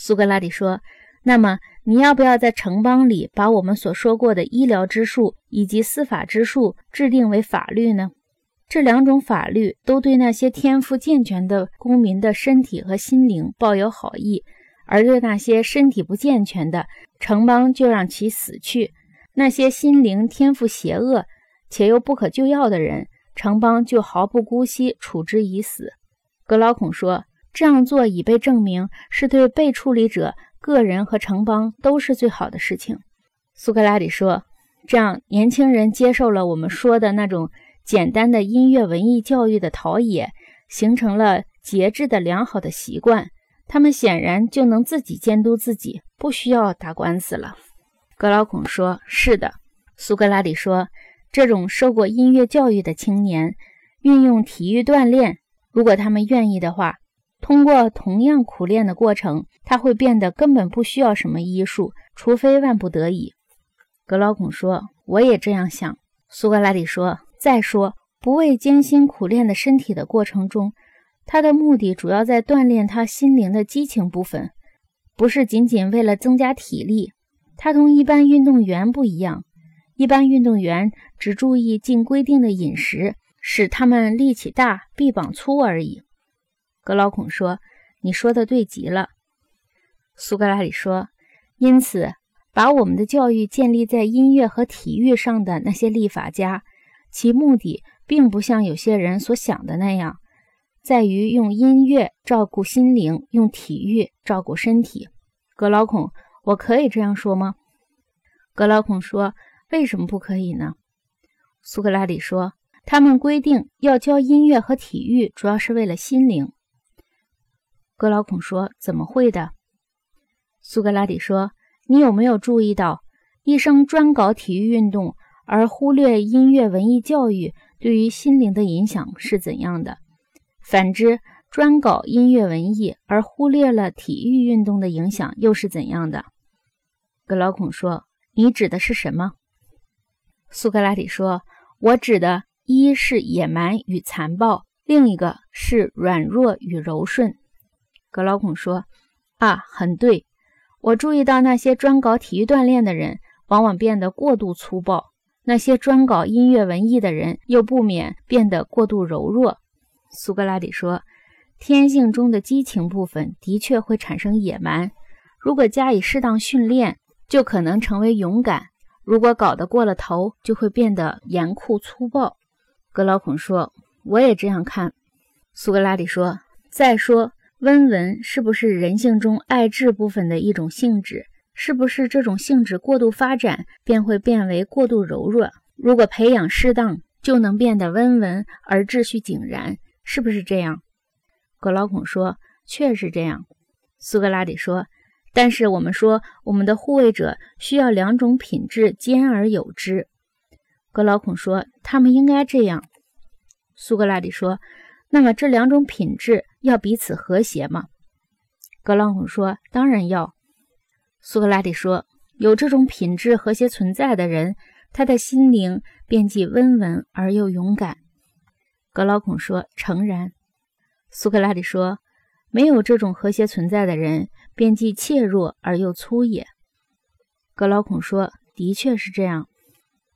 苏格拉底说，那么你要不要在城邦里把我们所说过的医疗之术以及司法之术制定为法律呢？这两种法律都对那些天赋健全的公民的身体和心灵抱有好意，而对那些身体不健全的，城邦就让其死去。那些心灵天赋邪恶且又不可救药的人，城邦就毫不姑息处之以死。格劳孔说，这样做已被证明是对被处理者个人和城邦都是最好的事情。苏格拉底说，这样年轻人接受了我们说的那种简单的音乐文艺教育的陶冶，形成了节制的良好的习惯，他们显然就能自己监督自己，不需要打官司了。格劳孔说，是的。苏格拉底说，这种受过音乐教育的青年运用体育锻炼，如果他们愿意的话，通过同样苦练的过程，他会变得根本不需要什么医术，除非万不得已。格劳孔说，我也这样想。苏格拉底说，再说，不为艰辛苦练的身体的过程中，他的目的主要在锻炼他心灵的激情部分，不是仅仅为了增加体力。他同一般运动员不一样，一般运动员只注意尽规定的饮食，使他们力气大，臂膀粗而已。格劳孔说，你说的对极了。苏格拉底说，因此把我们的教育建立在音乐和体育上的那些立法家，其目的并不像有些人所想的那样，在于用音乐照顾心灵，用体育照顾身体。格劳孔，我可以这样说吗？格劳孔说，为什么不可以呢？苏格拉底说，他们规定要教音乐和体育，主要是为了心灵。格劳孔说，怎么会的？苏格拉底说，你有没有注意到，一生专搞体育运动而忽略音乐文艺教育对于心灵的影响是怎样的？反之，专搞音乐文艺而忽略了体育运动的影响又是怎样的？格劳孔说，你指的是什么？苏格拉底说，我指的一是野蛮与残暴，另一个是软弱与柔顺。格劳孔说，很对，我注意到那些专搞体育锻炼的人往往变得过度粗暴，那些专搞音乐文艺的人又不免变得过度柔弱。苏格拉底说，天性中的激情部分的确会产生野蛮，如果加以适当训练，就可能成为勇敢，如果搞得过了头，就会变得严酷粗暴。格劳孔说，我也这样看。苏格拉底说，再说，温文是不是人性中爱智部分的一种性质？是不是这种性质过度发展，便会变为过度柔弱？如果培养适当，就能变得温文而秩序井然，是不是这样？格劳孔说，确是这样。苏格拉底说，但是我们说，我们的护卫者需要两种品质兼而有之。格劳孔说，他们应该这样。苏格拉底说，那么这两种品质要彼此和谐吗？格劳孔说，当然要。苏格拉底说，有这种品质和谐存在的人，他的心灵便既温文而又勇敢。格劳孔说，诚然。苏格拉底说，没有这种和谐存在的人，便既怯弱而又粗野。格劳孔说，的确是这样。